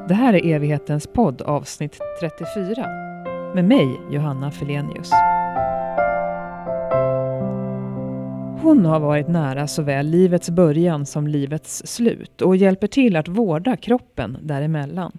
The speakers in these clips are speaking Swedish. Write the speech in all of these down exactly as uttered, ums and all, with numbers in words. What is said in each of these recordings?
Det här är Evighetens podd avsnitt trettiofyra med mig, Johanna Felenius. Hon har varit nära såväl livets början som livets slut och hjälper till att vårda kroppen däremellan.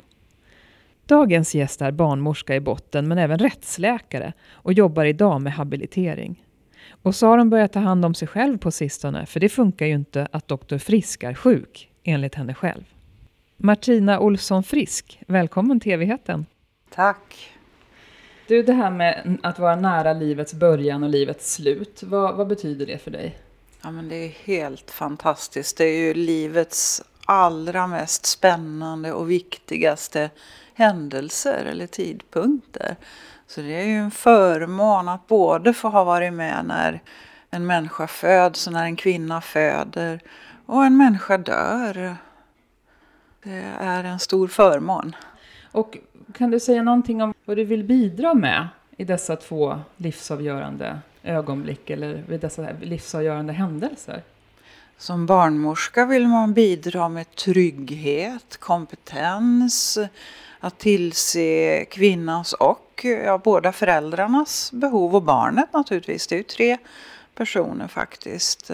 Dagens gäst är barnmorska i botten men även rättsläkare och jobbar idag med habilitering. Och så har hon börjat ta hand om sig själv på sistone, för det funkar ju inte att doktor Frisk är sjuk, enligt henne själv. Martina Olsson Frisk, välkommen till Evigheten. Tack. Du, det här med att vara nära livets början och livets slut, vad, vad betyder det för dig? Ja, men det är helt fantastiskt. Det är ju livets allra mest spännande och viktigaste händelser eller tidpunkter. Så det är ju en förmån att både få ha varit med när en människa föds och när en kvinna föder och en människa dör. Det är en stor förmån. Och kan du säga någonting om vad du vill bidra med i dessa två livsavgörande ögonblick eller vid dessa livsavgörande händelser? Som barnmorska vill man bidra med trygghet, kompetens, att tillse kvinnans och ja, båda föräldrarnas behov och barnet naturligtvis. Det är ju tre personer faktiskt.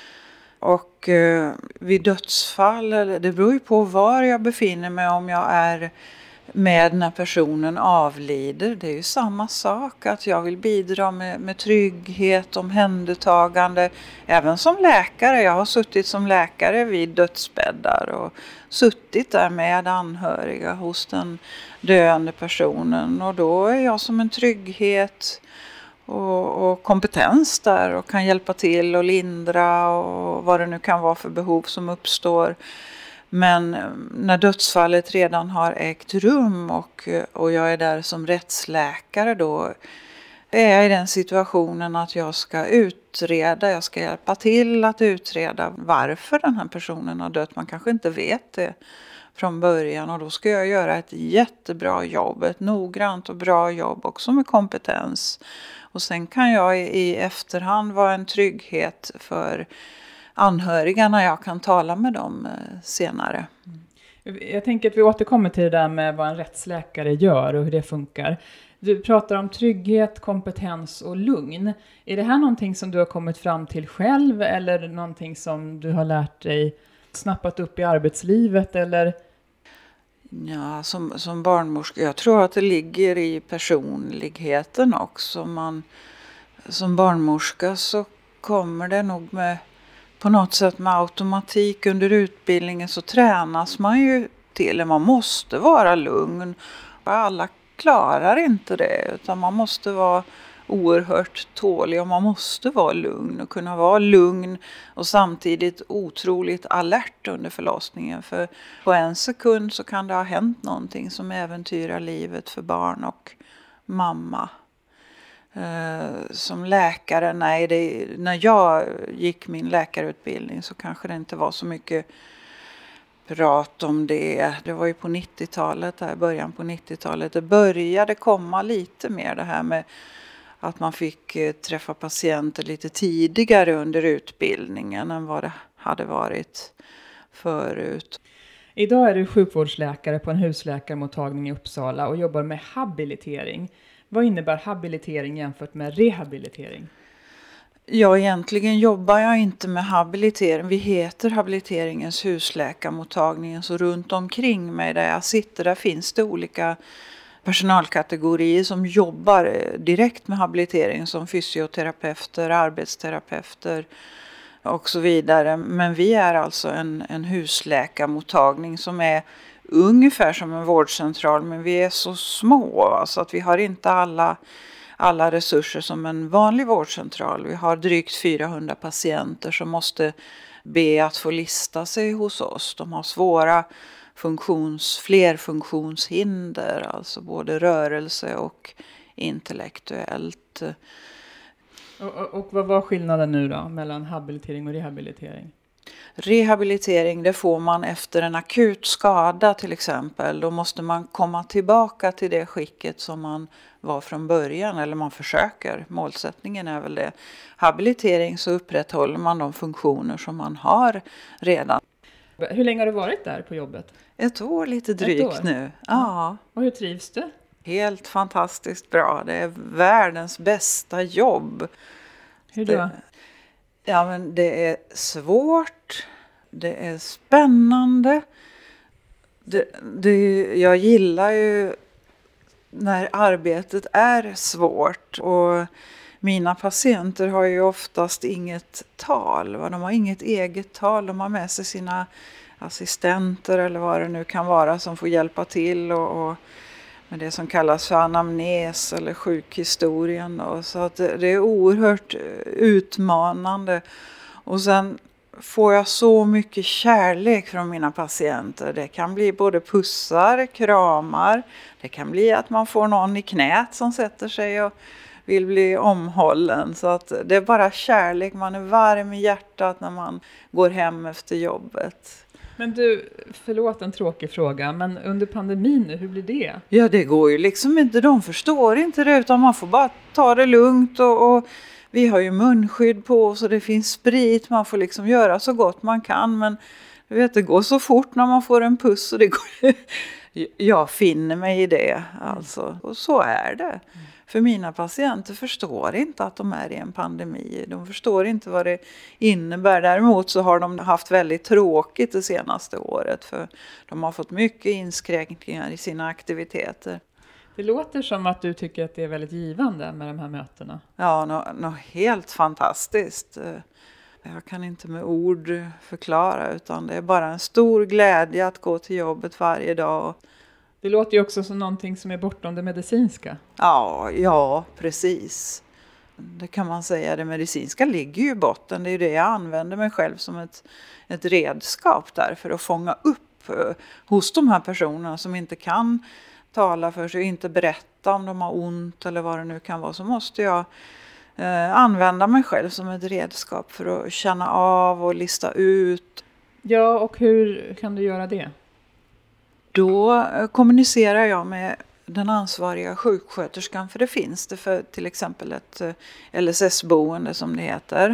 Och eh, vid dödsfall, det beror ju på var jag befinner mig, om jag är med när personen avlider. Det är ju samma sak, att jag vill bidra med, med trygghet, omhändertagande. Även som läkare, jag har suttit som läkare vid dödsbäddar och suttit där med anhöriga hos den döende personen. Och då är jag som en trygghet och, och kompetens där och kan hjälpa till och lindra och vad det nu kan vara för behov som uppstår. Men när dödsfallet redan har ägt rum och, och jag är där som rättsläkare, då är jag i den situationen att jag ska utreda, jag ska hjälpa till att utreda varför den här personen har dött. Man kanske inte vet det från början, och då ska jag göra ett jättebra jobb, ett noggrant och bra jobb också med kompetens. Och sen kan jag i, i efterhand vara en trygghet för anhöriga när jag kan tala med dem senare. Jag tänker att vi återkommer till det där med vad en rättsläkare gör och hur det funkar. Du pratar om trygghet, kompetens och lugn. Är det här någonting som du har kommit fram till själv eller någonting som du har lärt dig, snappat upp i arbetslivet eller? Ja, som, som barnmorska, jag tror att det ligger i personligheten också. Man, som barnmorska så kommer det nog med på något sätt med automatik. Under utbildningen så tränas man ju till, man måste vara lugn. Alla klarar inte det, utan man måste vara oerhört tålig och man måste vara lugn och kunna vara lugn och samtidigt otroligt alert under förlossningen. För på en sekund så kan det ha hänt någonting som äventyrar livet för barn och mamma. Uh, som läkare, nej, det, när jag gick min läkarutbildning så kanske det inte var så mycket prat om det. Det var ju på nittiotalet, där början på nittiotalet. Det började komma lite mer det här med att man fick uh, träffa patienter lite tidigare under utbildningen än vad det hade varit förut. Idag är du sjukvårdsläkare på en husläkarmottagning i Uppsala och jobbar med habilitering. Vad innebär habilitering jämfört med rehabilitering? Ja, egentligen jobbar jag inte med habilitering. Vi heter habiliteringens husläkarmottagning, så runt omkring mig där jag sitter där finns det olika personalkategorier som jobbar direkt med habilitering, som fysioterapeuter, arbetsterapeuter och så vidare. Men vi är alltså en, en husläkarmottagning som är ungefär som en vårdcentral, men vi är så små så att vi har inte alla, alla resurser som en vanlig vårdcentral. Vi har drygt fyrahundra patienter som måste be att få lista sig hos oss. De har svåra funktions, flerfunktionshinder, alltså både rörelse och intellektuellt. Och, och, och vad var skillnaden nu då mellan habilitering och rehabilitering? Rehabilitering, det får man efter en akut skada till exempel. Då måste man komma tillbaka till det skicket som man var från början, eller man försöker. Målsättningen är väl det. Habilitering, så upprätthåller man de funktioner som man har redan. Hur länge har du varit där på jobbet? Ett år lite drygt år. nu. Ja. Och hur trivs du? Helt fantastiskt bra. Det är världens bästa jobb. Hur då? Det, ja, men det är svårt. Det är spännande. Det, det, jag gillar ju när arbetet är svårt. Och mina patienter har ju oftast inget tal. De har inget eget tal. De har med sig sina assistenter eller vad det nu kan vara som får hjälpa till. Och, och med det som kallas för anamnes eller sjukhistorien. Då. Så att det, det är oerhört utmanande. Och sen får jag så mycket kärlek från mina patienter. Det kan bli både pussar, kramar. Det kan bli att man får någon i knät som sätter sig och vill bli omhållen. Så att det är bara kärlek. Man är varm i hjärtat när man går hem efter jobbet. Men du, förlåt en tråkig fråga, men under pandemin nu, hur blir det? Ja, det går ju liksom inte. De förstår inte det, utan man får bara ta det lugnt. Och, och vi har ju munskydd på oss och det finns sprit. Man får liksom göra så gott man kan. Men du vet, det går så fort när man får en puss. Och det går... Jag finner mig i det. Alltså. Och så är det. Mm. För mina patienter förstår inte att de är i en pandemi. De förstår inte vad det innebär. Däremot så har de haft väldigt tråkigt det senaste året. För de har fått mycket inskränkningar i sina aktiviteter. Det låter som att du tycker att det är väldigt givande med de här mötena. Ja, något nå helt fantastiskt. Jag kan inte med ord förklara, utan det är bara en stor glädje att gå till jobbet varje dag. Det låter ju också som någonting som är bortom det medicinska. Ja, ja, precis. Det kan man säga. Det medicinska ligger ju i botten. Det är ju det jag använder mig själv som ett, ett redskap där för att fånga upp eh, hos de här personerna som inte kan tala för sig, inte berätta om de har ont eller vad det nu kan vara. Så måste jag eh, använda mig själv som ett redskap för att känna av och lista ut. Ja, och hur kan du göra det? Då kommunicerar jag med den ansvariga sjuksköterskan, för det finns det för till exempel ett L S S-boende som det heter.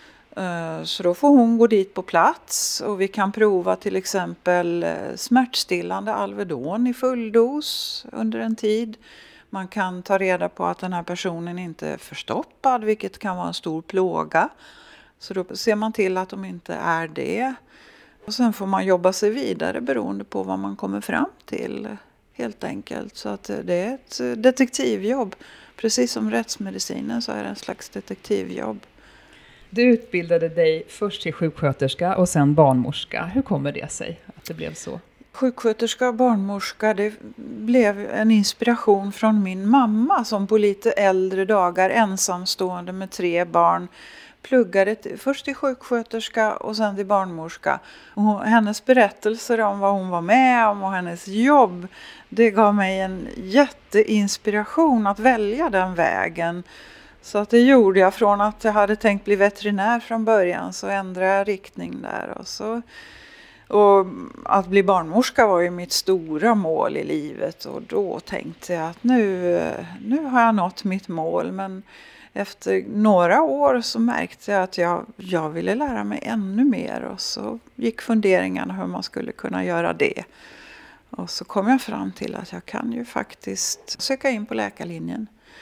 Så då får hon gå dit på plats och vi kan prova till exempel smärtstillande Alvedon i fulldos under en tid. Man kan ta reda på att den här personen inte är förstoppad, vilket kan vara en stor plåga. Så då ser man till att de inte är det. Och sen får man jobba sig vidare beroende på vad man kommer fram till, helt enkelt. Så att det är ett detektivjobb. Precis som rättsmedicinen så är det en slags detektivjobb. Du utbildade dig först till sjuksköterska och sen barnmorska. Hur kommer det sig att det blev så? Sjuksköterska och barnmorska, det blev en inspiration från min mamma som på lite äldre dagar ensamstående med tre barn pluggade till, först till sjuksköterska och sen till barnmorska. Och hennes berättelser om vad hon var med om och hennes jobb, det gav mig en jätteinspiration att välja den vägen. Så att det gjorde jag. Från att jag hade tänkt bli veterinär från början så ändrade jag riktning där. Och, så, och att bli barnmorska var ju mitt stora mål i livet. Och då tänkte jag att nu, nu har jag nått mitt mål. Men efter några år så märkte jag att jag, jag ville lära mig ännu mer. Och så gick funderingarna hur man skulle kunna göra det. Och så kom jag fram till att jag kan ju faktiskt söka in på läkarlinjen.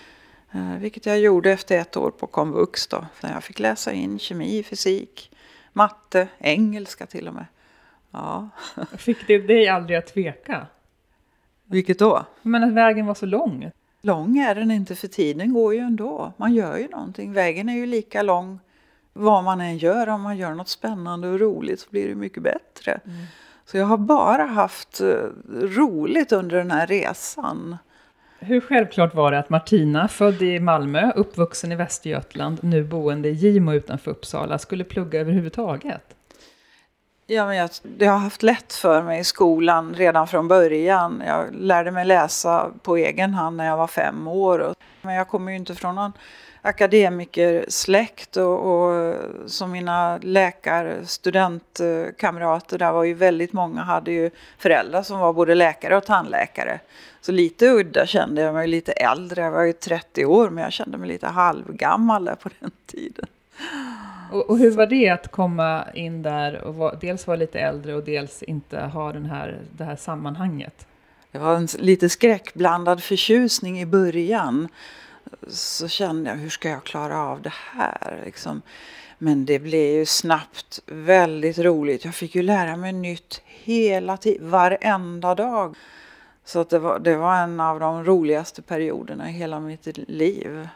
Vilket jag gjorde efter ett år på komvux då. När jag fick läsa in kemi, fysik, matte, engelska till och med. Ja. Fick det dig aldrig att tveka? Vilket då? Men att vägen var så lång. Lång är den inte, för tiden går ju ändå. Man gör ju någonting. Vägen är ju lika lång vad man än gör. Om man gör något spännande och roligt så blir det mycket bättre. Mm. Så jag har bara haft roligt under den här resan. Hur självklart var det att Martina, född i Malmö, uppvuxen i Västergötland, nu boende i Gimo utanför Uppsala, skulle plugga överhuvudtaget? Ja, men jag, jag har haft lätt för mig i skolan redan från början. Jag lärde mig läsa på egen hand när jag var fem år. Men jag kommer ju inte från någon akademikersläkt och, och som mina läkar, studentkamrater där var ju väldigt många, hade ju föräldrar som var både läkare och tandläkare. Så lite udda kände jag mig, lite äldre. Jag var ju trettio år men jag kände mig lite halvgammal där på den tiden. Och, och hur var det att komma in där och var, dels vara lite äldre och dels inte ha den här, det här sammanhanget? Det var en lite skräckblandad förtjusning i början. Så kände jag, hur ska jag klara av det här? Liksom. Men det blev ju snabbt väldigt roligt. Jag fick ju lära mig nytt hela tiden, varenda dag. Så att det, var, det var en av de roligaste perioderna i hela mitt liv.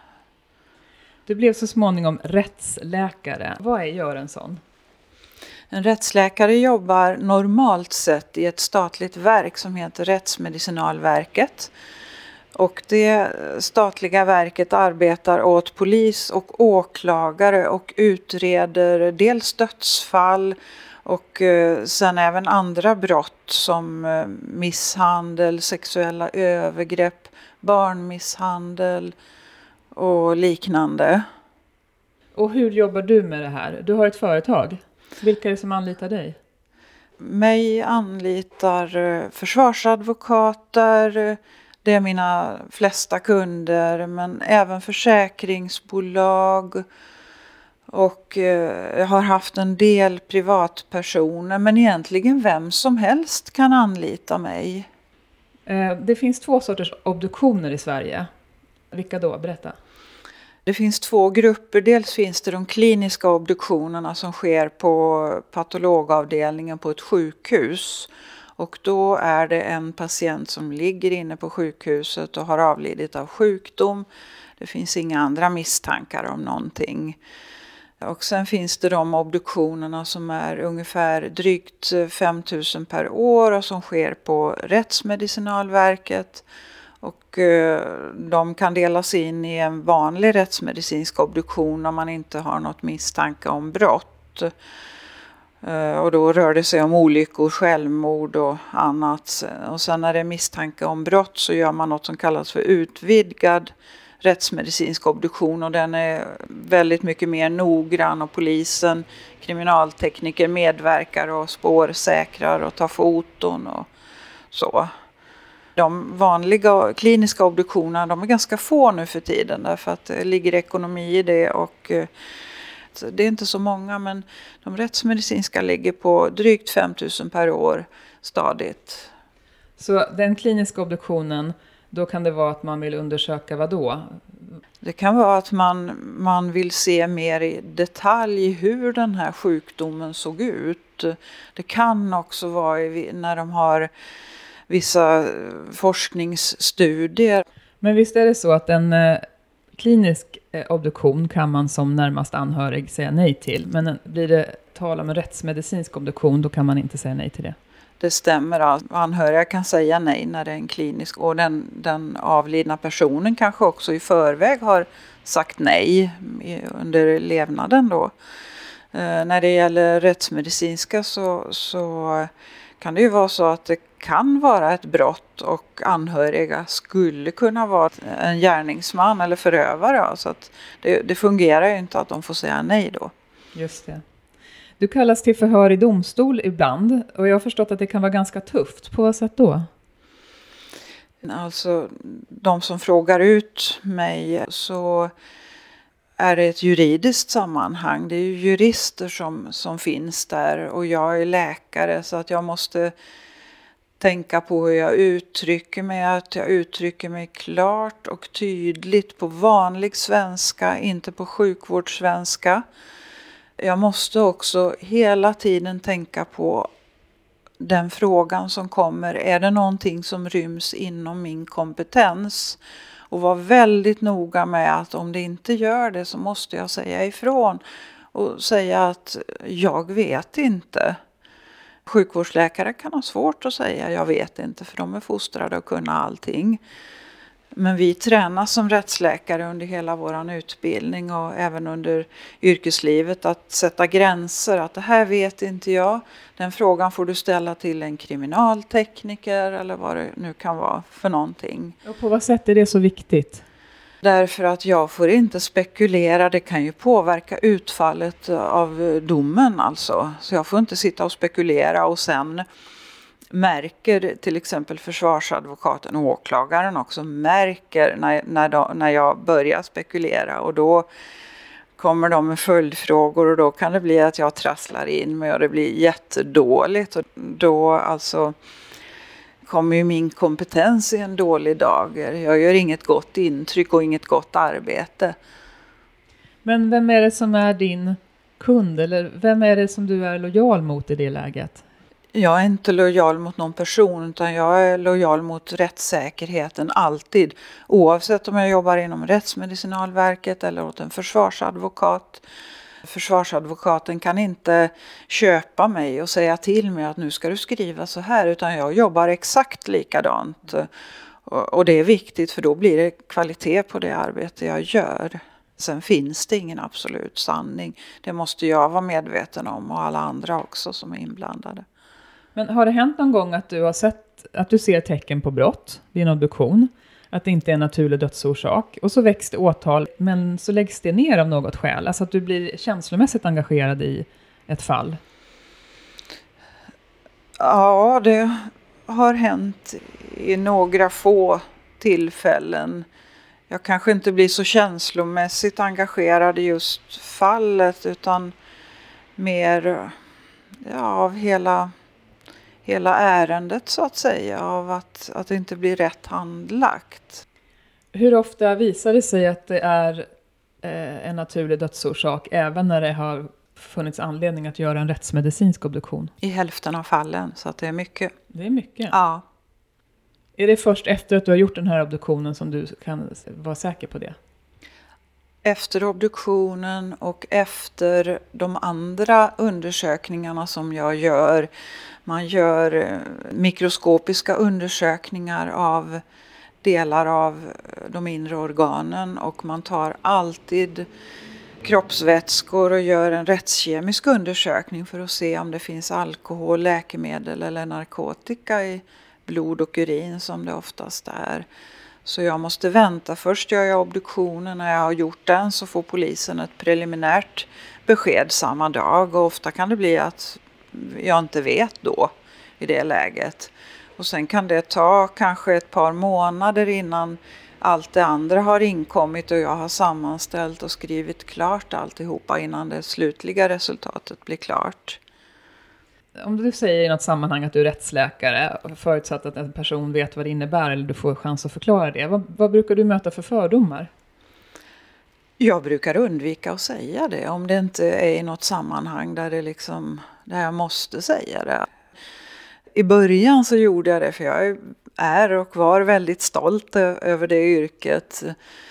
Du blev så småningom rättsläkare. Vad är, gör en sån? En rättsläkare jobbar normalt sett i ett statligt verk som heter Rättsmedicinalverket. Och det statliga verket arbetar åt polis och åklagare och utreder dels dödsfall och sen även andra brott som misshandel, sexuella övergrepp, barnmisshandel och liknande. Och hur jobbar du med det här? Du har ett företag. Vilka är det som anlitar dig? Mig anlitar försvarsadvokater. Det är mina flesta kunder, men även försäkringsbolag. Och jag har haft en del privatpersoner, men egentligen vem som helst kan anlita mig. Det finns två sorters obduktioner i Sverige. Vilka då? Berätta. Det finns två grupper. Dels finns det de kliniska obduktionerna som sker på patologavdelningen på ett sjukhus. Och då är det en patient som ligger inne på sjukhuset och har avlidit av sjukdom. Det finns inga andra misstankar om någonting. Och sen finns det de obduktionerna som är ungefär drygt fem tusen per år och som sker på Rättsmedicinalverket. Och de kan delas in i en vanlig rättsmedicinsk obduktion om man inte har något misstanke om brott. Och då rör det sig om olyckor, självmord och annat. Och sen när det är misstanke om brott så gör man något som kallas för utvidgad rättsmedicinsk obduktion. Och den är väldigt mycket mer noggrann och polisen, kriminaltekniker medverkar och spårsäkrar och tar foton och så. De vanliga kliniska obduktionerna, de är ganska få nu för tiden därför att det ligger ekonomi i det och det är inte så många, men de rättsmedicinska ligger på drygt fem tusen per år stadigt. Så den kliniska obduktionen, då kan det vara att man vill undersöka vad då? Det kan vara att man, man vill se mer i detalj hur den här sjukdomen såg ut. Det kan också vara när de har vissa forskningsstudier. Men visst är det så att en eh, klinisk eh, obduktion kan man som närmast anhörig säga nej till. Men en, blir det tal om en rättsmedicinsk obduktion, då kan man inte säga nej till det. Det stämmer. Alltså. Anhöriga kan säga nej när det är en klinisk. Och den, den avlidna personen kanske också i förväg har sagt nej under levnaden då. Eh, när det gäller rättsmedicinska så... så kan det ju vara så att det kan vara ett brott och anhöriga skulle kunna vara en gärningsman eller förövare. Så att det, det fungerar ju inte att de får säga nej då. Just det. Du kallas till förhör i domstol ibland och jag har förstått att det kan vara ganska tufft. På vad sätt då? Alltså de som frågar ut mig så är det ett juridiskt sammanhang. Det är ju jurister som, som finns där och jag är läkare så att jag måste tänka på hur jag uttrycker mig. Att jag uttrycker mig klart och tydligt på vanlig svenska, inte på sjukvårdssvenska. Jag måste också hela tiden tänka på den frågan som kommer. Är det någonting som ryms inom min kompetens? Och var väldigt noga med att om det inte gör det så måste jag säga ifrån. Och säga att jag vet inte. Sjukvårdsläkare kan ha svårt att säga jag vet inte för de är fostrade att kunna allting. Men vi tränas som rättsläkare under hela vår utbildning och även under yrkeslivet att sätta gränser. Att det här vet inte jag. Den frågan får du ställa till en kriminaltekniker eller vad det nu kan vara för någonting. Och på vad sätt är det så viktigt? Därför att jag får inte spekulera. Det kan ju påverka utfallet av domen alltså. Så jag får inte sitta och spekulera och sen märker till exempel försvarsadvokaten och åklagaren också märker när, när, då, när jag börjar spekulera och då kommer de med följdfrågor och då kan det bli att jag trasslar in mig och det blir jättedåligt. Och då alltså kommer ju min kompetens i en dålig dager. Jag gör inget gott intryck och inget gott arbete. Men vem är det som är din kund eller vem är det som du är lojal mot i det läget? Jag är inte lojal mot någon person utan jag är lojal mot rättssäkerheten alltid. Oavsett om jag jobbar inom Rättsmedicinalverket eller åt en försvarsadvokat. Försvarsadvokaten kan inte köpa mig och säga till mig att nu ska du skriva så här utan jag jobbar exakt likadant. Och det är viktigt för då blir det kvalitet på det arbete jag gör. Sen finns det ingen absolut sanning. Det måste jag vara medveten om och alla andra också som är inblandade. Men har det hänt någon gång att du har sett att du ser tecken på brott vid en obduktion? Att det inte är en naturlig dödsorsak. Och så väcks det åtal men så läggs det ner av något skäl. Alltså att du blir känslomässigt engagerad i ett fall. Ja, det har hänt i några få tillfällen. Jag kanske inte blir så känslomässigt engagerad i just fallet utan mer ja, av hela, hela ärendet så att säga. Av att, att det inte blir rätt handlagt. Hur ofta visar det sig att det är eh, en naturlig dödsorsak även när det har funnits anledning att göra en rättsmedicinsk obduktion? I hälften av fallen så att det är mycket. Det är mycket? Ja. Är det först efter att du har gjort den här obduktionen som du kan vara säker på det? Efter obduktionen och efter de andra undersökningarna som jag gör. Man gör mikroskopiska undersökningar av delar av de inre organen och man tar alltid kroppsvätskor och gör en rättskemisk undersökning för att se om det finns alkohol, läkemedel eller narkotika i blod och urin som det oftast är. Så jag måste vänta. Först gör jag obduktionen. När jag har gjort den så får polisen ett preliminärt besked samma dag. Och ofta kan det bli att jag inte vet då i det läget. Och sen kan det ta kanske ett par månader innan allt det andra har inkommit och jag har sammanställt och skrivit klart alltihopa innan det slutliga resultatet blir klart. Om du säger i något sammanhang att du är rättsläkare, förutsatt att en person vet vad det innebär eller du får chans att förklara det, vad, vad brukar du möta för fördomar? Jag brukar undvika att säga det om det inte är i något sammanhang där, det liksom, där jag måste säga det. I början så gjorde jag det för jag är och var väldigt stolt över det yrket.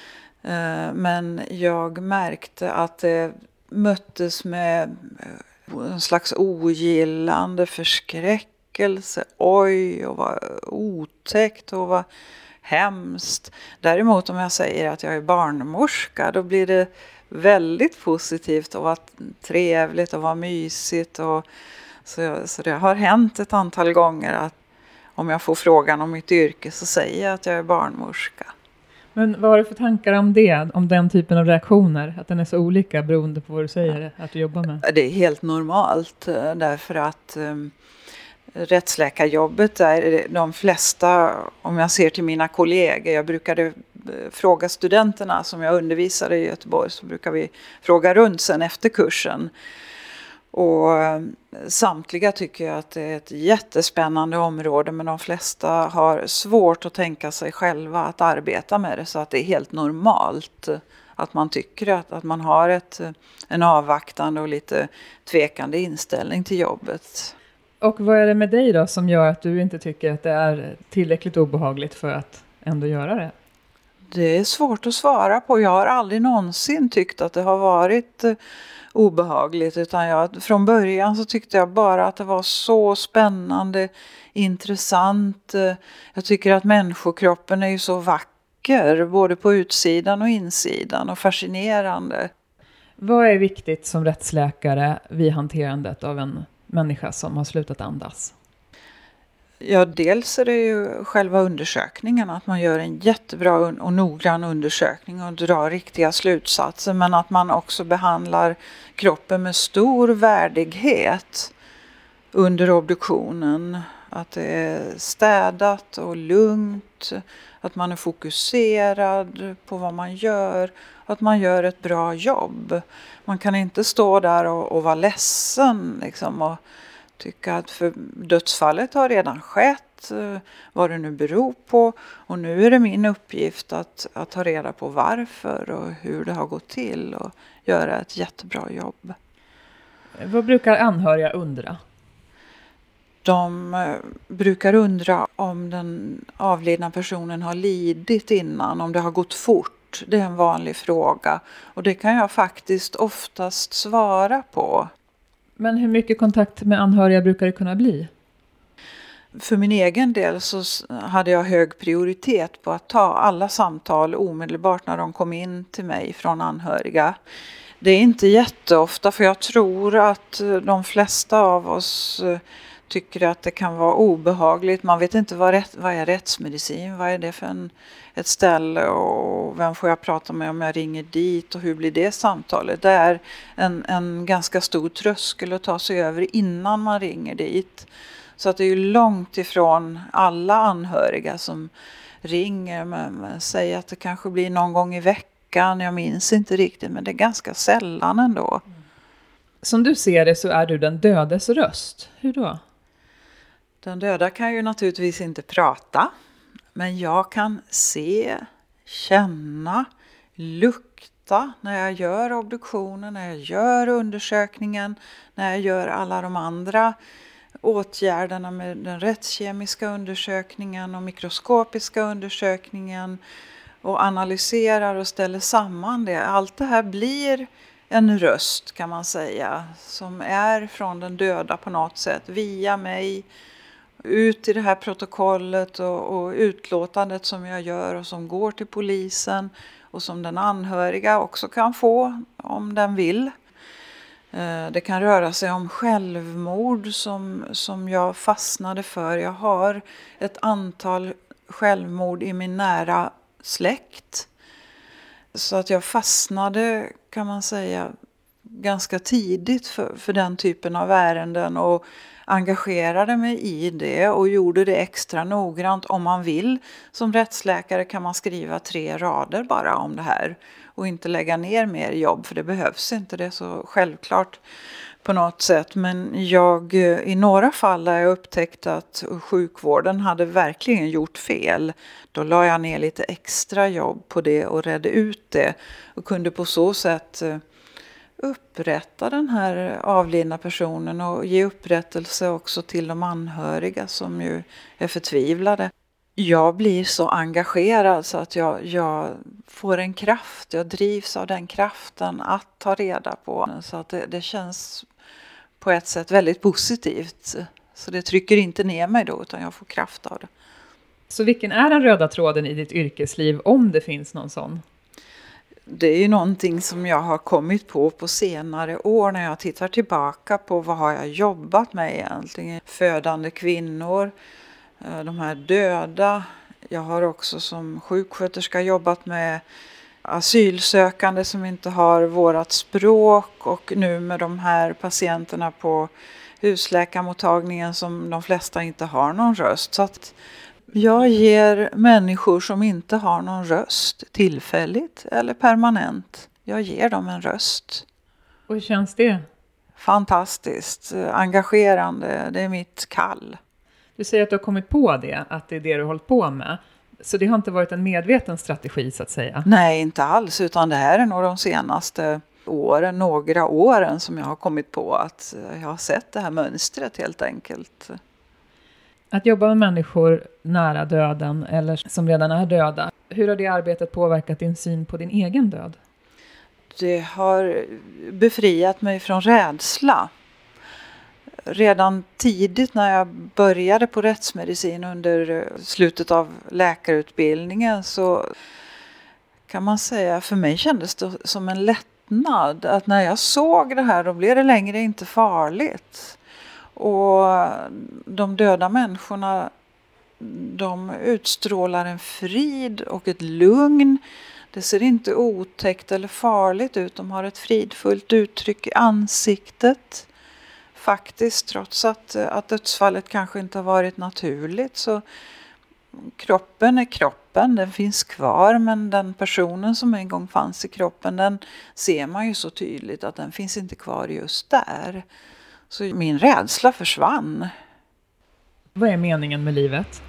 Men jag märkte att det möttes med en slags ogillande, förskräckelse. Oj, och vad otäckt och vad hemskt. Däremot om jag säger att jag är barnmorska, då blir det väldigt positivt och vad trevligt och vad mysigt. Och så, så det har hänt ett antal gånger att om jag får frågan om mitt yrke så säger jag att jag är barnmorska. Men vad har du för tankar om det? Om den typen av reaktioner? Att den är så olika beroende på vad du säger att du jobbar med? Det är helt normalt därför att um, rättsläkarjobbet är de flesta, om jag ser till mina kollegor, jag brukade fråga studenterna som jag undervisade i Göteborg, så brukar vi fråga runt sen efter kursen. Och samtliga tycker jag att det är ett jättespännande område, men de flesta har svårt att tänka sig själva att arbeta med det, så att det är helt normalt att man tycker att, att man har ett, en avvaktande och lite tvekande inställning till jobbet. Och vad är det med dig då som gör att du inte tycker att det är tillräckligt obehagligt för att ändå göra det? Det är svårt att svara på. Jag har aldrig någonsin tyckt att det har varit obehagligt, utan jag, från början så tyckte jag bara att det var så spännande, intressant. Jag tycker att människokroppen är ju så vacker, både på utsidan och insidan, och fascinerande. Vad är viktigt som rättsläkare vid hanterandet av en människa som har slutat andas? Ja, dels är det ju själva undersökningen, att man gör en jättebra och noggrann undersökning och drar riktiga slutsatser, men att man också behandlar kroppen med stor värdighet under obduktionen. Att det är städat och lugnt, att man är fokuserad på vad man gör, att man gör ett bra jobb. Man kan inte stå där och, och vara ledsen liksom, och tycka att för dödsfallet har redan skett, vad det nu beror på, och nu är det min uppgift att, att ta reda på varför och hur det har gått till och göra ett jättebra jobb. Vad brukar anhöriga undra? De brukar undra om den avlidna personen har lidit innan, om det har gått fort. Det är en vanlig fråga och det kan jag faktiskt oftast svara på. Men hur mycket kontakt med anhöriga brukar det kunna bli? För min egen del så hade jag hög prioritet på att ta alla samtal omedelbart när de kom in till mig från anhöriga. Det är inte jätteofta, för jag tror att de flesta av oss tycker att det kan vara obehagligt. Man vet inte vad, rätt, vad är rättsmedicin, vad är det för en, ett ställe och vem får jag prata med om jag ringer dit och hur blir det samtalet. Det är en, en ganska stor tröskel att ta sig över innan man ringer dit. Så att det är ju långt ifrån alla anhöriga som ringer, men säger att det kanske blir någon gång i veckan, jag minns inte riktigt, men det är ganska sällan ändå. Som du ser det så är du den dödes röst. Hur då? Den döda kan ju naturligtvis inte prata, men jag kan se, känna, lukta när jag gör obduktionen, när jag gör undersökningen, när jag gör alla de andra åtgärderna med den rättskemiska undersökningen och mikroskopiska undersökningen och analyserar och ställer samman det. Allt det här blir en röst, kan man säga, som är från den döda på något sätt via mig ut i det här protokollet och, och utlåtandet som jag gör och som går till polisen och som den anhöriga också kan få om den vill. Det kan röra sig om självmord som, som jag fastnade för. Jag har ett antal självmord i min nära släkt. Så att jag fastnade, kan man säga, ganska tidigt för, för den typen av ärenden och engagerade mig i det och gjorde det extra noggrant. Om man vill, som rättsläkare kan man skriva tre rader bara om det här och inte lägga ner mer jobb, för det behövs inte, det är så självklart på något sätt. Men jag, i några fall har jag upptäckt att sjukvården hade verkligen gjort fel. Då la jag ner lite extra jobb på det och redde ut det och kunde på så sätt upprätta den här avlidna personen och ge upprättelse också till de anhöriga som ju är förtvivlade. Jag blir så engagerad så att jag, jag får en kraft, jag drivs av den kraften att ta reda på. Så att det, det känns på ett sätt väldigt positivt. Så det trycker inte ner mig då, utan jag får kraft av det. Så vilken är den röda tråden i ditt yrkesliv, om det finns någon sån? Det är ju någonting som jag har kommit på på senare år när jag tittar tillbaka på vad har jag jobbat med egentligen. Födande kvinnor, de här döda. Jag har också som sjuksköterska jobbat med asylsökande som inte har vårat språk och nu med de här patienterna på husläkarmottagningen som de flesta inte har någon röst. Så att jag ger människor som inte har någon röst tillfälligt eller permanent. Jag ger dem en röst. Och hur känns det? Fantastiskt, engagerande, det är mitt kall. Du säger att du har kommit på det, att det är det du har hållit på med. Så det har inte varit en medveten strategi så att säga? Nej, inte alls, utan det här är nog de senaste åren, några åren som jag har kommit på att jag har sett det här mönstret helt enkelt. Att jobba med människor nära döden eller som redan är döda, hur har det arbetet påverkat din syn på din egen död? Det har befriat mig från rädsla. Redan tidigt när jag började på rättsmedicin under slutet av läkarutbildningen så kan man säga, för mig kändes det som en lättnad. Att när jag såg det här då blev det längre inte farligt. Och de döda människorna, de utstrålar en frid och ett lugn. Det ser inte otäckt eller farligt ut. De har ett fridfullt uttryck i ansiktet. Faktiskt, trots att, att dödsfallet kanske inte har varit naturligt, så kroppen är kroppen, den finns kvar, men den personen som en gång fanns i kroppen, den ser man ju så tydligt att den finns inte kvar just där. Så min rädsla försvann. Vad är meningen med livet?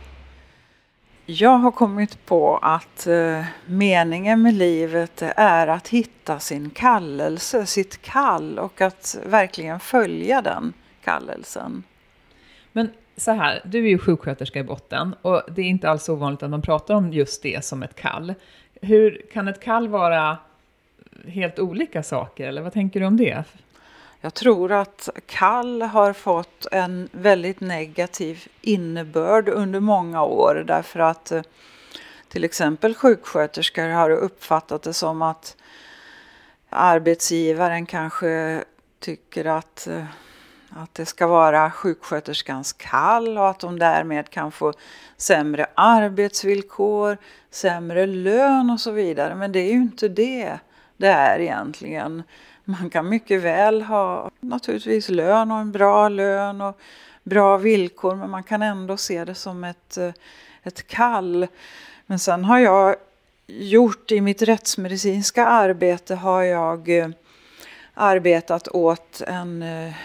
Jag har kommit på att eh, meningen med livet är att hitta sin kallelse, sitt kall, och att verkligen följa den kallelsen. Men så här, du är ju sjuksköterska i botten och det är inte alls ovanligt att man pratar om just det som ett kall. Hur kan ett kall vara helt olika saker, eller vad tänker du om det? Jag tror att kall har fått en väldigt negativ innebörd under många år, därför att eh, till exempel sjuksköterskor har uppfattat det som att arbetsgivaren kanske tycker att, eh, att det ska vara sjuksköterskans kall och att de därmed kan få sämre arbetsvillkor, sämre lön och så vidare. Men det är ju inte det det är egentligen. Man kan mycket väl ha naturligtvis lön och en bra lön och bra villkor, men man kan ändå se det som ett, ett kall. Men sen har jag gjort i mitt rättsmedicinska arbete har jag arbetat åt en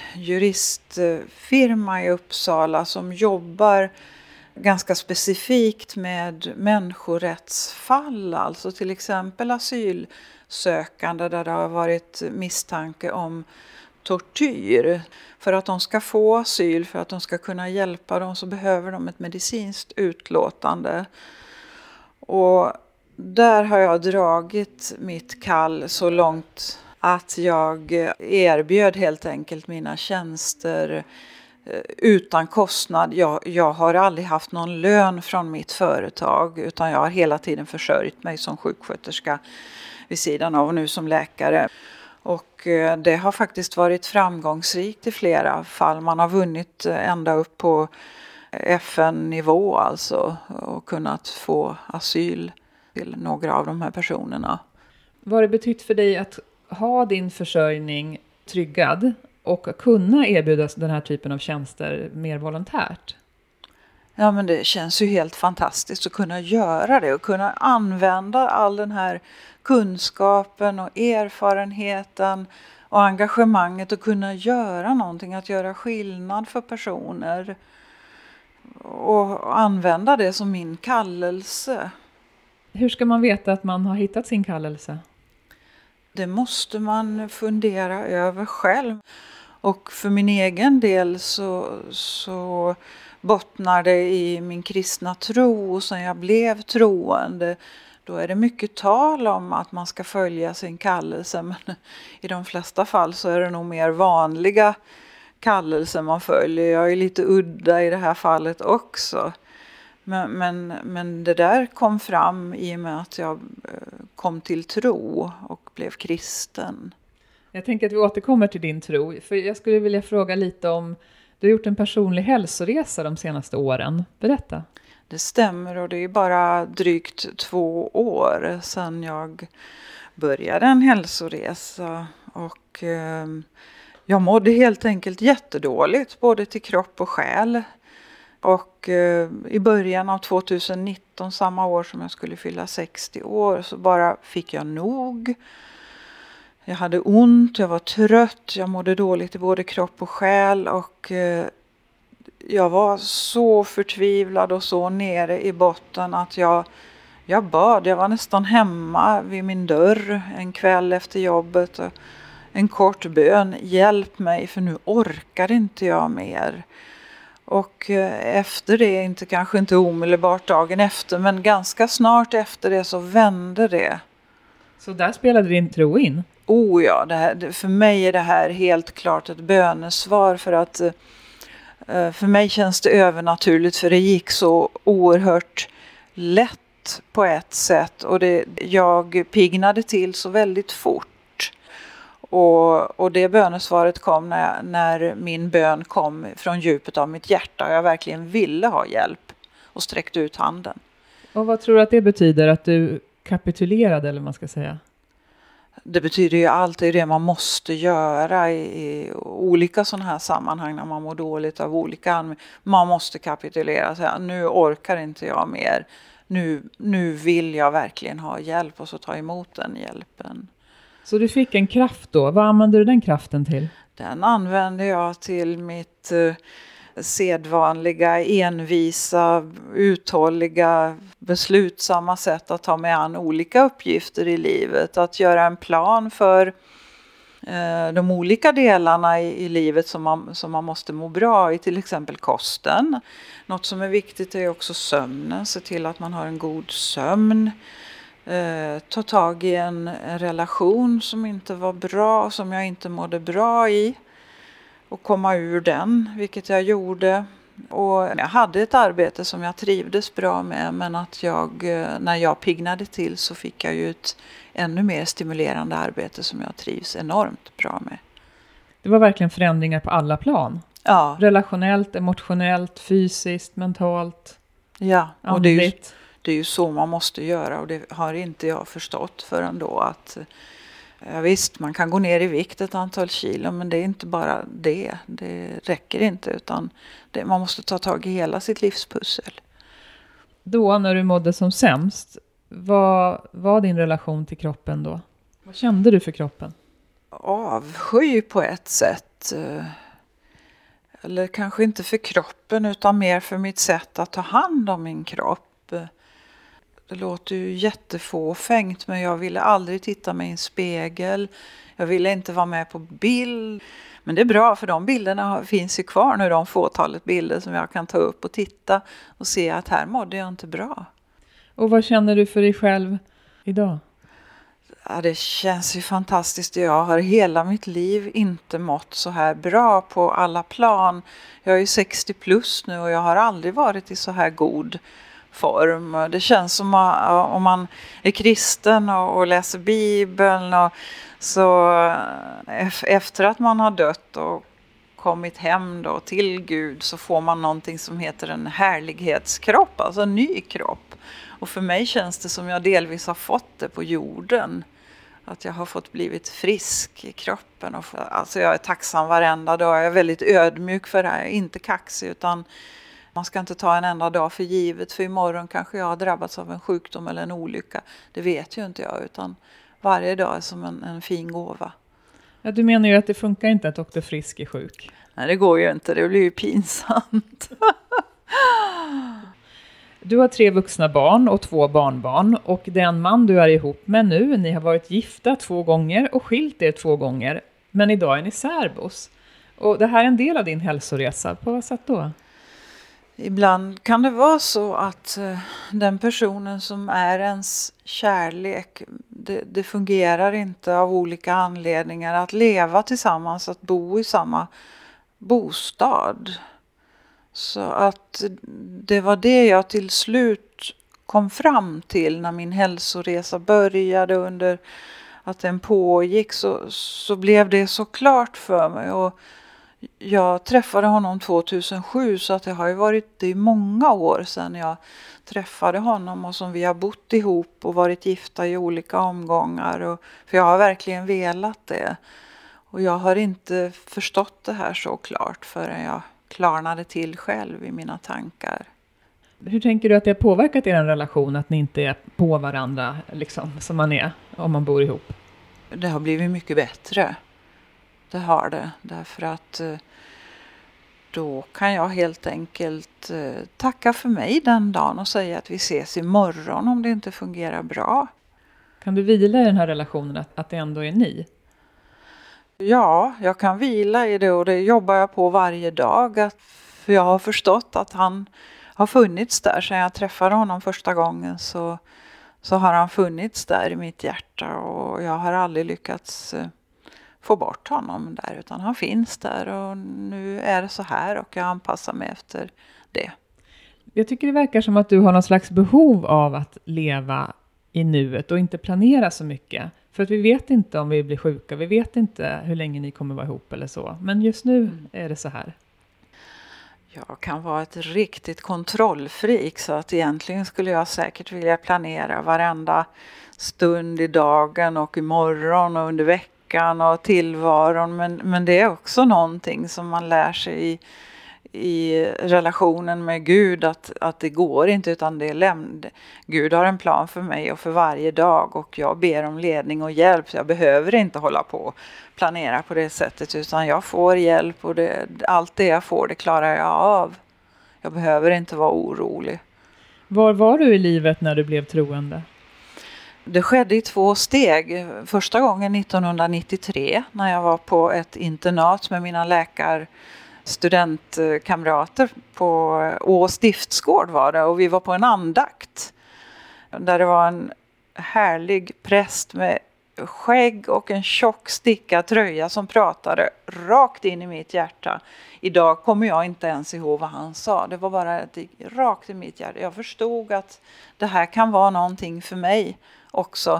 juristfirma i Uppsala som jobbar ganska specifikt med människorättsfall, alltså till exempel asylsökande där det har varit misstanke om tortyr. För att de ska få asyl, för att de ska kunna hjälpa dem, så behöver de ett medicinskt utlåtande. Och där har jag dragit mitt kall så långt att jag erbjöd helt enkelt mina tjänster utan kostnad. Jag, jag har aldrig haft någon lön från mitt företag, utan jag har hela tiden försörjt mig som sjuksköterska vid sidan av och nu som läkare. Och det har faktiskt varit framgångsrikt i flera fall. Man har vunnit ända upp på F N-nivå alltså och kunnat få asyl till några av de här personerna. Vad har det betytt för dig att ha din försörjning tryggad och kunna erbjudas den här typen av tjänster mer volontärt? Ja, men det känns ju helt fantastiskt att kunna göra det och kunna använda all den här kunskapen och erfarenheten och engagemanget och kunna göra någonting, att göra skillnad för personer och använda det som min kallelse. Hur ska man veta att man har hittat sin kallelse? Det måste man fundera över själv. Och för min egen del så, så bottnar det i min kristna tro. Sen jag blev troende, då är det mycket tal om att man ska följa sin kallelse. Men i de flesta fall så är det nog mer vanliga kallelser man följer. Jag är lite udda i det här fallet också. Men, men, men det där kom fram i och med att jag kom till tro och blev kristen. Jag tänker att vi återkommer till din tro. För jag skulle vilja fråga lite om, du har gjort en personlig hälsoresa de senaste åren. Berätta. Det stämmer, och det är bara drygt två år sedan jag började en hälsoresa. Och eh, jag mådde helt enkelt jättedåligt, både till kropp och själ. Och eh, i början av tjugonitton, samma år som jag skulle fylla sextio år, så bara fick jag nog. Jag hade ont, jag var trött, jag mådde dåligt i både kropp och själ. Och eh, jag var så förtvivlad och så nere i botten att jag, jag bad. Jag var nästan hemma vid min dörr en kväll efter jobbet. Och en kort bön, hjälp mig för nu orkar inte jag mer. Och efter det, inte kanske inte omedelbart dagen efter, men ganska snart efter det så vände det. Så där spelade din tro in? Oh ja, det här, för mig är det här helt klart ett bönesvar, för att för mig känns det övernaturligt, för det gick så oerhört lätt på ett sätt och det, jag pignade till så väldigt fort. Och, och det bönesvaret kom när, när min bön kom från djupet av mitt hjärta och jag verkligen ville ha hjälp och sträckte ut handen. Och vad tror du att det betyder, att du kapitulerade, eller vad man ska säga? det betyder ju alltid det man måste göra i, i olika sådana här sammanhang när man mår dåligt av olika anledningar. Man måste kapitulera och säga, nu orkar inte jag mer. Nu, nu vill jag verkligen ha hjälp, och så ta emot den hjälpen. Så du fick en kraft då. Vad använde du den kraften till? Den använde jag till mitt eh, sedvanliga, envisa, uthålliga, beslutsamma sätt att ta mig an olika uppgifter i livet. Att göra en plan för eh, de olika delarna i, i livet som man, som man måste må bra i, till exempel kosten. Något som är viktigt är också sömnen, se till att man har en god sömn. Eh, ta tag i en, en relation som inte var bra, som jag inte mådde bra i. Och komma ur den, vilket jag gjorde. Och jag hade ett arbete som jag trivdes bra med, men att jag, när jag pignade till så fick jag ju ett ännu mer stimulerande arbete som jag trivs enormt bra med. Det var verkligen förändringar på alla plan. Ja. Relationellt, emotionellt, fysiskt, mentalt, Ja, och andligt. det är, ju, det är ju så man måste göra, och det har inte jag förstått förrän då att... Ja, visst, man kan gå ner i vikt ett antal kilo, men det är inte bara det. Det räcker inte, utan det, man måste ta tag i hela sitt livspussel. Då när du mådde som sämst, vad var din relation till kroppen då? Vad kände du för kroppen? Avsky på ett sätt. Eller kanske inte för kroppen, utan mer för mitt sätt att ta hand om min kropp. Det låter ju jättefåfängt, men jag ville aldrig titta mig i en spegel. Jag ville inte vara med på bild. Men det är bra, för de bilderna finns ju kvar nu, de fåtalet bilder som jag kan ta upp och titta och se att här mådde jag inte bra. Och vad känner du för dig själv idag? Ja, det känns ju fantastiskt. Jag har hela mitt liv inte mått så här bra på alla plan. Jag är ju sextio plus nu och jag har aldrig varit i så här god form. Det känns som att om man är kristen och läser Bibeln, och så efter att man har dött och kommit hem då till Gud, så får man någonting som heter en härlighetskropp, alltså en ny kropp. Och för mig känns det som jag delvis har fått det på jorden. Att jag har fått blivit frisk i kroppen. Och för, alltså jag är tacksam varenda dag. Jag är väldigt ödmjuk för det här. Inte kaxig, utan man ska inte ta en enda dag för givet. För imorgon kanske jag har drabbats av en sjukdom eller en olycka. Det vet ju inte jag, utan varje dag är som en, en fin gåva. Ja, du menar ju att det funkar inte att doktor Frisk är sjuk. Nej, det går ju inte. Det blir ju pinsamt. Du har tre vuxna barn och två barnbarn, och den man du är ihop med nu, ni har varit gifta två gånger och skilt er två gånger, men idag är ni särbos. Och det här är en del av din hälsoresa. På vad sätt då? Ibland kan det vara så att uh, den personen som är ens kärlek, det, det fungerar inte av olika anledningar att leva tillsammans, att bo i samma bostad. Så att det var det jag till slut kom fram till när min hälsoresa började. Under att den pågick så, så blev det så klart för mig. Och jag träffade honom tjugohundrasju, så att det har ju varit det många år sedan jag träffade honom, och som vi har bott ihop och varit gifta i olika omgångar. Och, för jag har verkligen velat det. Och jag har inte förstått det här så klart förrän jag klarnade till själv i mina tankar. Hur tänker du att det har påverkat er relation att ni inte är på varandra liksom, som man är om man bor ihop? Det har blivit mycket bättre. Det har det. Därför att då kan jag helt enkelt tacka för mig den dagen och säga att vi ses imorgon om det inte fungerar bra. Kan du vila i den här relationen att, att det ändå är ni? Ja, jag kan vila i det, och det jobbar jag på varje dag. Att, för jag har förstått att han har funnits där sedan jag träffade honom första gången. Så, så har han funnits där i mitt hjärta, och jag har aldrig lyckats eh, få bort honom där. Utan han finns där, och nu är det så här, och jag anpassar mig efter det. Jag tycker det verkar som att du har någon slags behov av att leva i nuet och inte planera så mycket. För att vi vet inte om vi blir sjuka. Vi vet inte hur länge ni kommer vara ihop eller så. Men just nu är det så här. Jag kan vara ett riktigt kontrollfreak, så att egentligen skulle jag säkert vilja planera varenda stund i dagen och imorgon och under veckan och tillvaron. Men, men det är också någonting som man lär sig i, i relationen med Gud, att, att det går inte, utan det är lämnat. Gud har en plan för mig och för varje dag, och jag ber om ledning och hjälp, så jag behöver inte hålla på och planera på det sättet, utan jag får hjälp, och det, allt det jag får, det klarar jag av. Jag behöver inte vara orolig. Var var du i livet när du blev troende? Det skedde i två steg. Första gången nittonhundranittiotre när jag var på ett internat med mina läkar studentkamrater på Å stiftsgård var det, och vi var på en andakt där det var en härlig präst med skägg och en tjock stickad tröja som pratade rakt in i mitt hjärta. Idag kommer jag inte ens ihåg vad han sa. Det var bara ett, rakt i mitt hjärta. Jag förstod att det här kan vara någonting för mig också.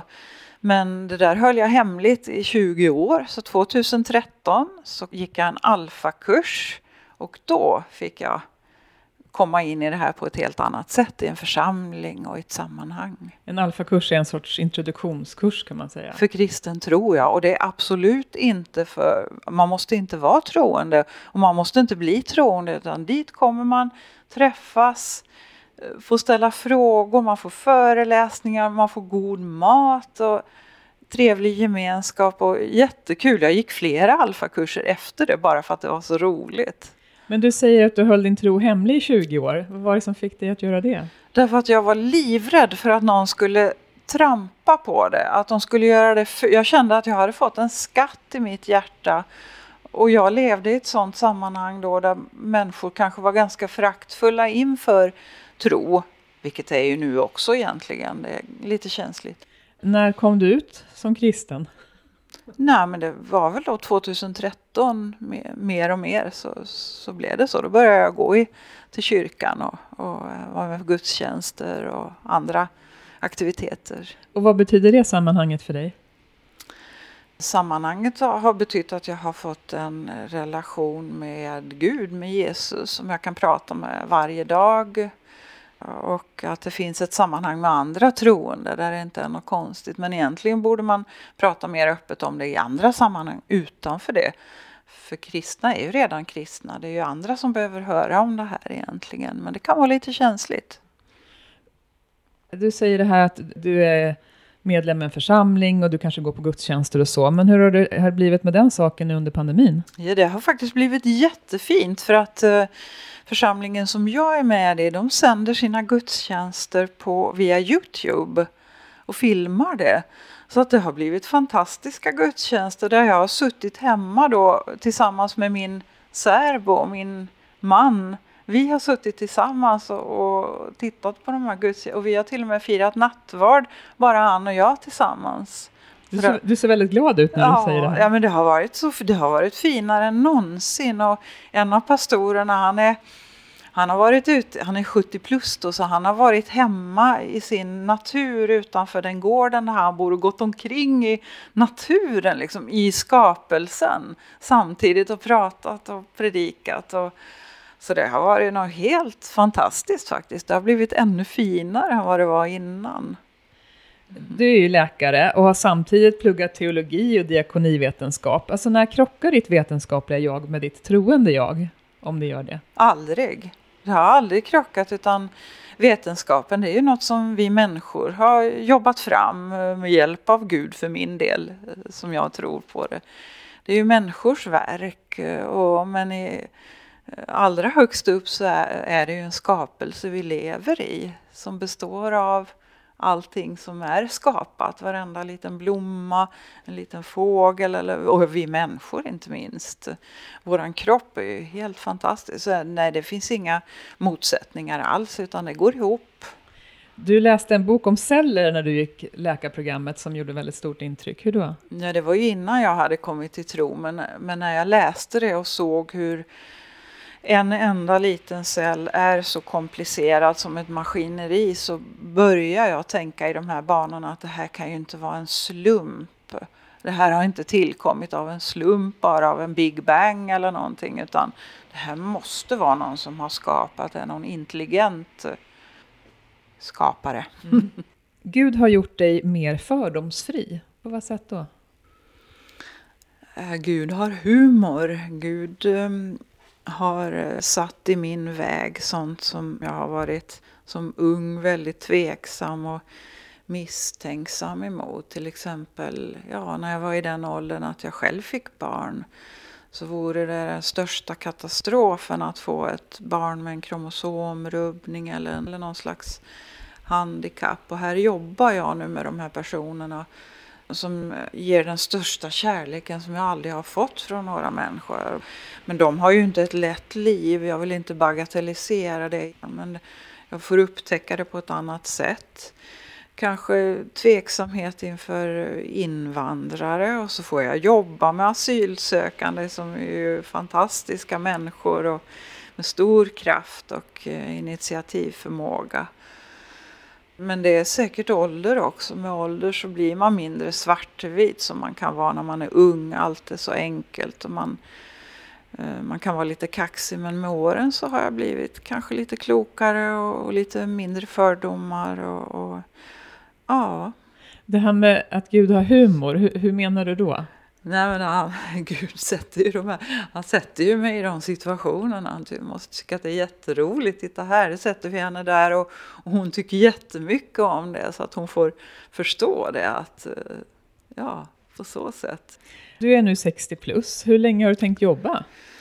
Men det där höll jag hemligt i tjugo år. Så tjugohundratretton så gick jag en alfakurs. Och då fick jag komma in i det här på ett helt annat sätt, i en församling och i ett sammanhang. En alfakurs är en sorts introduktionskurs, kan man säga. För kristen tror jag, och det är absolut inte för, man måste inte vara troende och man måste inte bli troende, utan dit kommer man, träffas, får ställa frågor, man får föreläsningar, man får god mat och trevlig gemenskap och jättekul. Jag gick flera alfakurser efter det bara för att det var så roligt. Men du säger att du höll din tro hemlig i tjugo år. Vad var det som fick dig att göra det? Därför att jag var livrädd för att någon skulle trampa på det. Att de skulle göra det. För jag kände att jag hade fått en skatt i mitt hjärta. Och jag levde i ett sånt sammanhang då där människor kanske var ganska föraktfulla inför tro. Vilket är ju nu också egentligen. Det är lite känsligt. När kom du ut som kristen? Nej, men det var väl då tjugohundratretton mer och mer så, så blev det så. Då började jag gå i, till kyrkan och, och vara med på gudstjänster och andra aktiviteter. Och vad betyder det sammanhanget för dig? Sammanhanget har betytt att jag har fått en relation med Gud, med Jesus, som jag kan prata med varje dag. Och att det finns ett sammanhang med andra troende där det inte är något konstigt. Men egentligen borde man prata mer öppet om det i andra sammanhang utanför det. För kristna är ju redan kristna. Det är ju andra som behöver höra om det här egentligen. Men det kan vara lite känsligt. Du säger det här att du är medlem i en församling och du kanske går på gudstjänster och så. Men hur har det har blivit med den saken under pandemin? Ja, det har faktiskt blivit jättefint för att uh, församlingen som jag är med i, de sänder sina gudstjänster på, via YouTube och filmar det. Så att det har blivit fantastiska gudstjänster där jag har suttit hemma då tillsammans med min särbo och min man. Vi har suttit tillsammans och, och tittat på de här gudstjänsterna. Och vi har till och med firat nattvard, bara han och jag tillsammans. Du ser, du ser väldigt glad ut när ja, du säger det här. Ja, men det har varit så, det har varit finare än någonsin. Och en av pastorerna, han är Han har varit ute, han är sjuttio plus då, så han har varit hemma i sin natur utanför den gården där han bor och gått omkring i naturen, liksom, i skapelsen samtidigt och pratat och predikat. Och, så det har varit något helt fantastiskt faktiskt. Det har blivit ännu finare än vad det var innan. Du är ju läkare och har samtidigt pluggat teologi och diakonivetenskap. Alltså när krockar ditt vetenskapliga jag med ditt troende jag? Om det gör det. Aldrig. Det har aldrig krockat, utan vetenskapen, det är ju något som vi människor har jobbat fram med hjälp av Gud för min del, som jag tror på det. Det är ju människors verk, och, men i, allra högst upp så är, är det ju en skapelse vi lever i som består av allting som är skapat, varenda liten blomma, en liten fågel eller, och vi människor inte minst. Våran kropp är ju helt fantastisk. Så nej, det finns inga motsättningar alls, utan det går ihop. Du läste en bok om celler när du gick läkarprogrammet som gjorde väldigt stort intryck. Hur då? Ja, det var ju innan jag hade kommit till tro, men, men när jag läste det och såg hur en enda liten cell är så komplicerad som ett maskineri, så börjar jag tänka i de här banorna att det här kan ju inte vara en slump. Det här har inte tillkommit av en slump, bara av en Big Bang eller någonting, utan det här måste vara någon som har skapat det, någon intelligent skapare. Mm. Gud har gjort dig mer fördomsfri. På vad sätt då? Gud har humor. Gud um, har satt i min väg sånt som jag har varit som ung väldigt tveksam och misstänksam emot. Till exempel ja, när jag var i den åldern att jag själv fick barn, så vore det den största katastrofen att få ett barn med en kromosomrubbning eller, eller någon slags handikapp. Och här jobbar jag nu med de här personerna som ger den största kärleken som jag aldrig har fått från några människor. Men de har ju inte ett lätt liv, jag vill inte bagatellisera det, men jag får upptäcka det på ett annat sätt. Kanske tveksamhet inför invandrare, och så får jag jobba med asylsökande som är ju fantastiska människor och med stor kraft och initiativförmåga. Men det är säkert ålder också. Med ålder så blir man mindre svartvit som man kan vara när man är ung. Allt är så enkelt och man, man kan vara lite kaxig. Men med åren så har jag blivit kanske lite klokare och, och lite mindre fördomar. Och, och, ja. Det här med att Gud har humor, hur, hur menar du då? Nej men han, Gud sätter ju de här, han sätter ju mig i de situationerna. Du måste tycka att det är jätteroligt. Titta här, det sätter vi henne där. Och, och hon tycker jättemycket om det. Så att hon får förstå det. Att, ja, på så sätt. Du är nu sextio plus. Hur länge har du tänkt jobba?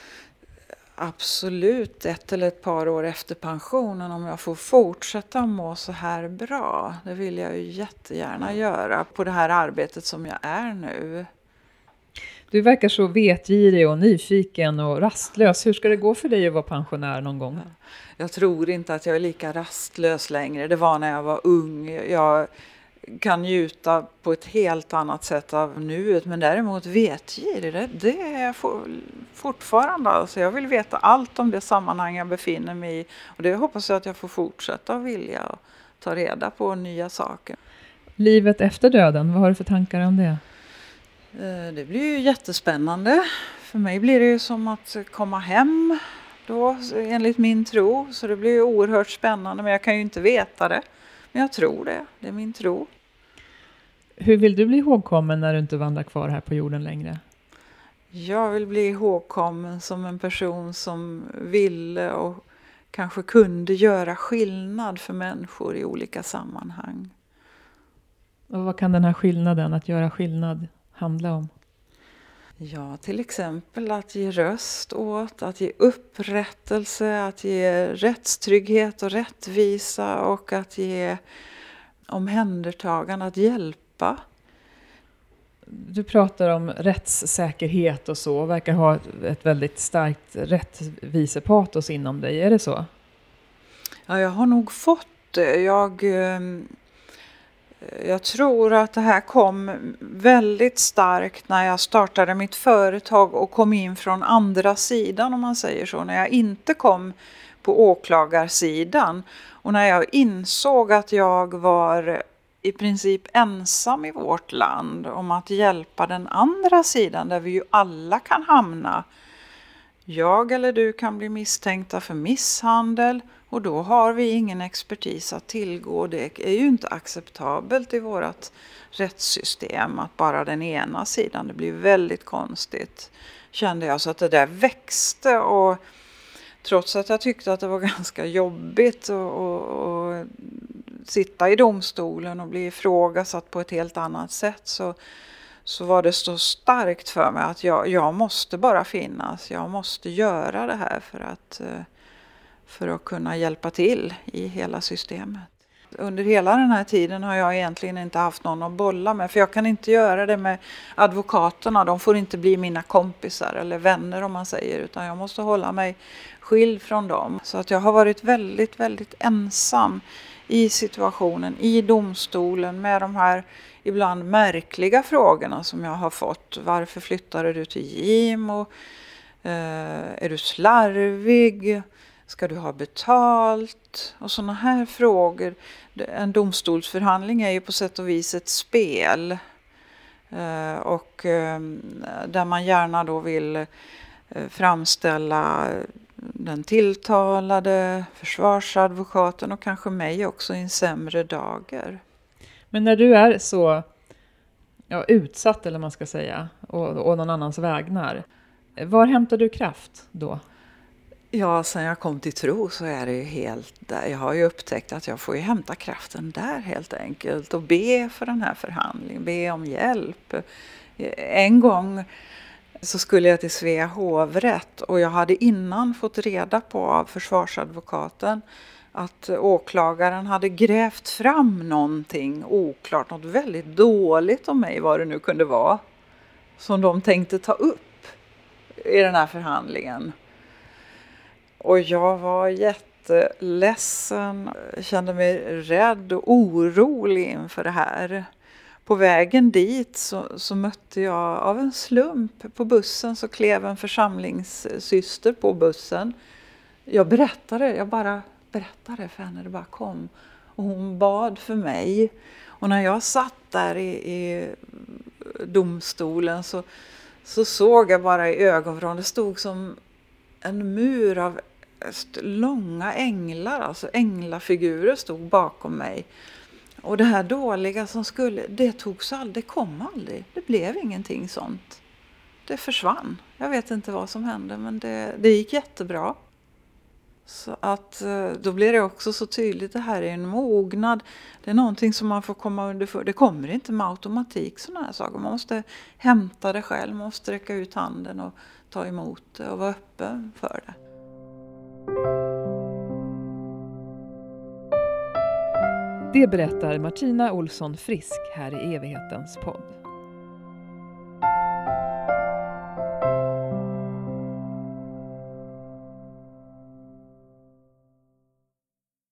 Absolut ett eller ett par år efter pensionen. Om jag får fortsätta må så här bra. Det vill jag ju jättegärna göra på det här arbetet som jag är nu. Du verkar så vetgirig och nyfiken och rastlös. Hur ska det gå för dig att vara pensionär någon gång? Jag tror inte att jag är lika rastlös längre. Det var när jag var ung. Jag kan njuta på ett helt annat sätt av nuet. Men däremot vetgirig, det, det är jag fortfarande. Alltså jag vill veta allt om det sammanhang jag befinner mig i. Och det hoppas jag att jag får fortsätta vilja och ta reda på nya saker. Livet efter döden, vad har du för tankar om det? Det blir ju jättespännande. För mig blir det ju som att komma hem då, enligt min tro. Så det blir ju oerhört spännande, men jag kan ju inte veta det. Men jag tror det, det är min tro. Hur vill du bli ihågkommen när du inte vandrar kvar här på jorden längre? Jag vill bli ihågkommen som en person som ville och kanske kunde göra skillnad för människor i olika sammanhang. Och vad kan den här skillnaden, att göra skillnad, handla om? Ja, till exempel att ge röst åt, att ge upprättelse, att ge rättstrygghet och rättvisa och att ge omhändertagande, att hjälpa. Du pratar om rättssäkerhet och så, och verkar ha ett väldigt starkt rättvisepatos inom dig, är det så? Ja, jag har nog fått det. Jag... Jag tror att det här kom väldigt starkt när jag startade mitt företag och kom in från andra sidan, om man säger så. När jag inte kom på åklagarsidan och när jag insåg att jag var i princip ensam i vårt land om att hjälpa den andra sidan där vi ju alla kan hamna. Jag eller du kan bli misstänkta för misshandel. Och då har vi ingen expertis att tillgå. Det är ju inte acceptabelt i vårt rättssystem att bara den ena sidan. Det blir väldigt konstigt, kände jag. Så att det där växte, och trots att jag tyckte att det var ganska jobbigt att sitta i domstolen och bli ifrågasatt på ett helt annat sätt, så, så var det så starkt för mig att jag, jag måste bara finnas. Jag måste göra det här för att... för att kunna hjälpa till i hela systemet. Under hela den här tiden har jag egentligen inte haft någon att bolla med. För jag kan inte göra det med advokaterna. De får inte bli mina kompisar eller vänner, om man säger. Utan jag måste hålla mig skild från dem. Så att jag har varit väldigt, väldigt ensam i situationen, i domstolen, med de här ibland märkliga frågorna som jag har fått. Varför flyttade du till Gimo? Eh, är du slarvig? Ska du ha betalt? Och sådana här frågor. En domstolsförhandling är ju på sätt och vis ett spel. Eh, och eh, där man gärna då vill eh, framställa den tilltalade, försvarsadvokaten och kanske mig också i en sämre dager. Men när du är så ja, utsatt, eller man ska säga, och, och någon annans vägnar, var hämtar du kraft då? Ja, sen jag kom till tro så är det ju helt där. Jag har ju upptäckt att jag får ju hämta kraften där helt enkelt och be för den här förhandlingen, be om hjälp. En gång så skulle jag till Svea hovrätt och jag hade innan fått reda på av försvarsadvokaten att åklagaren hade grävt fram någonting oklart, något väldigt dåligt om mig, vad det nu kunde vara, som de tänkte ta upp i den här förhandlingen. Och jag var jätteledsen, kände mig rädd och orolig inför det här. På vägen dit så, så mötte jag av en slump på bussen, så klev en församlingssyster på bussen. Jag berättade, jag bara berättade för henne, det bara kom. Och hon bad för mig. Och när jag satt där i, i domstolen så, så såg jag bara i ögonvrån, det stod som en mur av långa änglar, alltså änglafigurer stod bakom mig. Och det här dåliga som skulle, det togs aldrig, det kom aldrig. Det blev ingenting sånt. Det försvann. Jag vet inte vad som hände, men det, det gick jättebra. Så att då blir det också så tydligt, det här är en mognad. Det är någonting som man får komma under för. Det kommer inte med automatik, sådana här saker. Man måste hämta det själv, man måste sträcka ut handen och ta emot det och vara öppen för det. Det berättar Martina Olsson Frisk här i Evighetens podd.